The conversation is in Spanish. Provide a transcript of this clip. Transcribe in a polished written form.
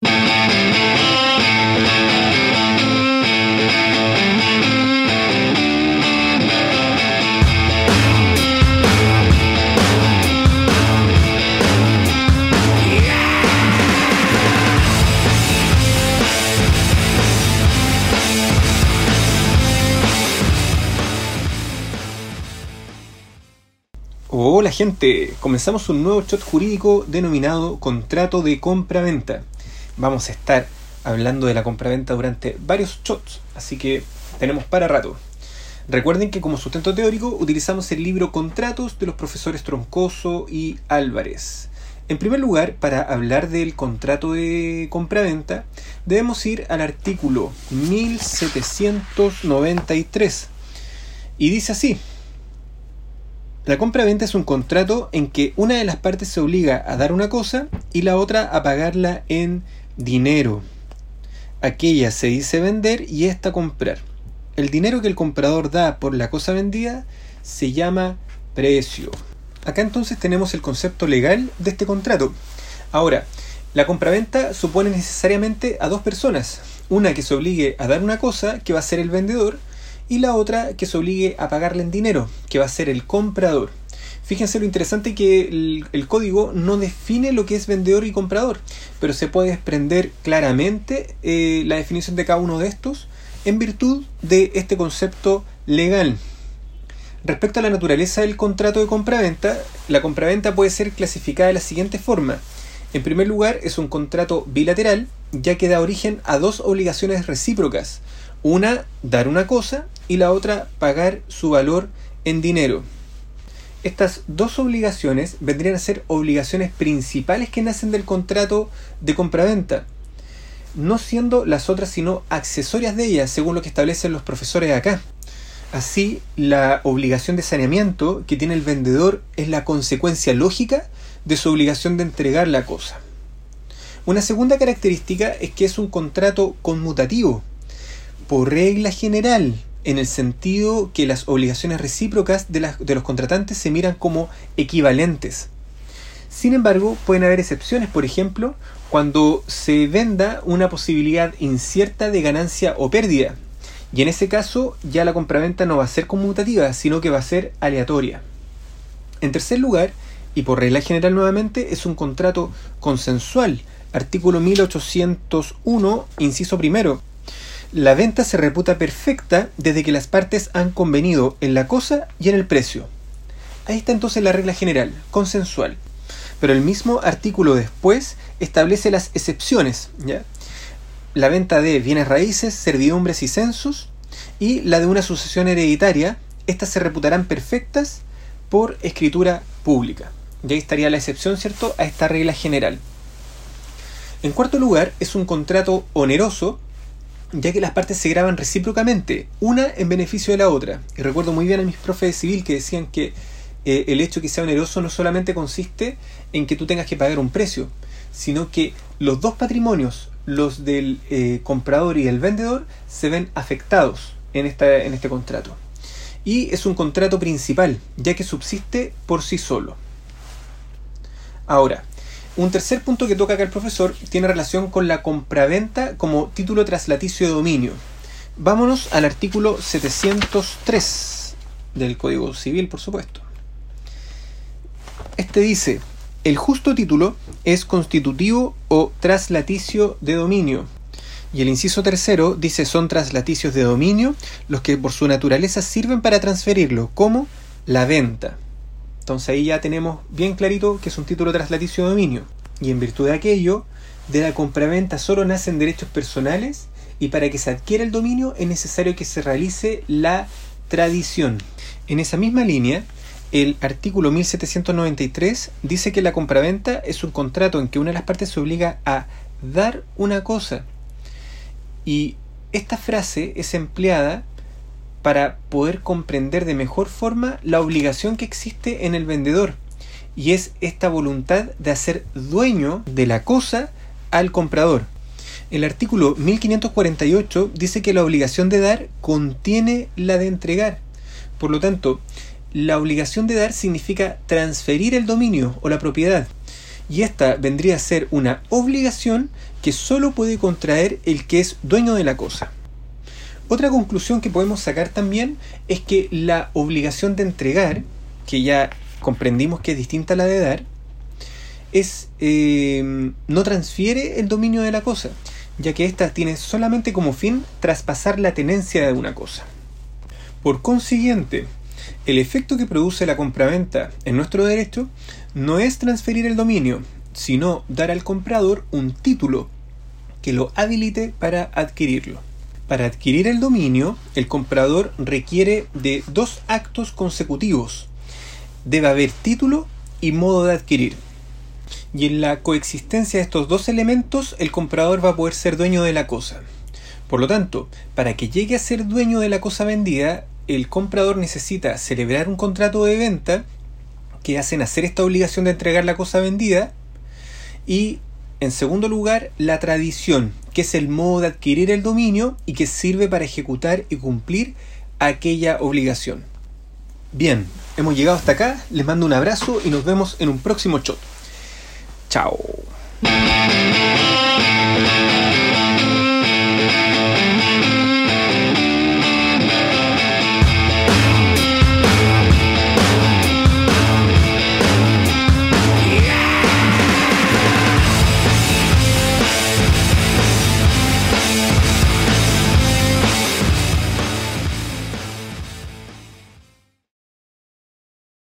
Hola gente, comenzamos un nuevo shot jurídico denominado contrato de compra-venta. Vamos a estar hablando de la compra-venta durante varios shots, así que tenemos para rato. Recuerden que como sustento teórico utilizamos el libro Contratos de los profesores Troncoso y Álvarez. En primer lugar, para hablar del contrato de compra-venta, debemos ir al artículo 1793 y dice así: la compra-venta es un contrato en que una de las partes se obliga a dar una cosa y la otra a pagarla en dinero. Aquella se dice vender y esta comprar. El dinero que el comprador da por la cosa vendida se llama precio. Acá entonces tenemos el concepto legal de este contrato. Ahora, la compra-venta supone necesariamente a dos personas. Una que se obligue a dar una cosa, que va a ser el vendedor, y la otra que se obligue a pagarle en dinero, que va a ser el comprador. Fíjense lo interesante que el código no define lo que es vendedor y comprador, pero se puede desprender claramente la definición de cada uno de estos en virtud de este concepto legal. Respecto a la naturaleza del contrato de compraventa, la compraventa puede ser clasificada de la siguiente forma. En primer lugar, es un contrato bilateral, ya que da origen a dos obligaciones recíprocas. Una, dar una cosa, y la otra, pagar su valor en dinero. Estas dos obligaciones vendrían a ser obligaciones principales que nacen del contrato de compraventa, no siendo las otras sino accesorias de ellas, según lo que establecen los profesores acá. Así, la obligación de saneamiento que tiene el vendedor es la consecuencia lógica de su obligación de entregar la cosa. Una segunda característica es que es un contrato conmutativo, por regla general, en el sentido que las obligaciones recíprocas de los contratantes se miran como equivalentes. Sin embargo, pueden haber excepciones, por ejemplo, cuando se venda una posibilidad incierta de ganancia o pérdida, y en ese caso ya la compraventa no va a ser conmutativa, sino que va a ser aleatoria. En tercer lugar, y por regla general nuevamente, es un contrato consensual, artículo 1801, inciso primero. La venta se reputa perfecta desde que las partes han convenido en la cosa y en el precio. Ahí está entonces la regla general, consensual. Pero el mismo artículo después establece las excepciones, ¿ya? La venta de bienes raíces, servidumbres y censos, y la de una sucesión hereditaria, estas se reputarán perfectas por escritura pública. Y ahí estaría la excepción, ¿cierto?, a esta regla general. En cuarto lugar, es un contrato oneroso, ya que las partes se graban recíprocamente, una en beneficio de la otra. Y recuerdo muy bien a mis profes de civil que decían que el hecho de que sea oneroso no solamente consiste en que tú tengas que pagar un precio, sino que los dos patrimonios, los del comprador y el vendedor, se ven afectados en este contrato. Y es un contrato principal, ya que subsiste por sí solo. Ahora, un tercer punto que toca acá el profesor tiene relación con la compraventa como título traslaticio de dominio. Vámonos al artículo 703 del Código Civil, por supuesto. Este dice: el justo título es constitutivo o traslaticio de dominio. Y el inciso tercero dice: son traslaticios de dominio los que por su naturaleza sirven para transferirlo, como la venta. Entonces ahí ya tenemos bien clarito que es un título traslaticio de dominio. Y en virtud de aquello, de la compraventa solo nacen derechos personales, y para que se adquiera el dominio es necesario que se realice la tradición. En esa misma línea, el artículo 1793 dice que la compraventa es un contrato en que una de las partes se obliga a dar una cosa. Y esta frase es empleada para poder comprender de mejor forma la obligación que existe en el vendedor, y es esta voluntad de hacer dueño de la cosa al comprador. El artículo 1548 dice que la obligación de dar contiene la de entregar. Por lo tanto, la obligación de dar significa transferir el dominio o la propiedad. y esta vendría a ser una obligación que solo puede contraer el que es dueño de la cosa. Otra conclusión que podemos sacar también es que la obligación de entregar, que ya comprendimos que es distinta a la de dar, no transfiere el dominio de la cosa, ya que ésta tiene solamente como fin traspasar la tenencia de una cosa. Por consiguiente, el efecto que produce la compraventa en nuestro derecho no es transferir el dominio, sino dar al comprador un título que lo habilite para adquirirlo. Para adquirir el dominio, el comprador requiere de 2 actos consecutivos. Debe haber título y modo de adquirir. Y en la coexistencia de estos 2 elementos, el comprador va a poder ser dueño de la cosa. Por lo tanto, para que llegue a ser dueño de la cosa vendida, el comprador necesita celebrar un contrato de venta que hace nacer esta obligación de entregar la cosa vendida, y en segundo lugar, la tradición, que es el modo de adquirir el dominio y que sirve para ejecutar y cumplir aquella obligación. Bien, hemos llegado hasta acá, les mando un abrazo y nos vemos en un próximo shot. Chao.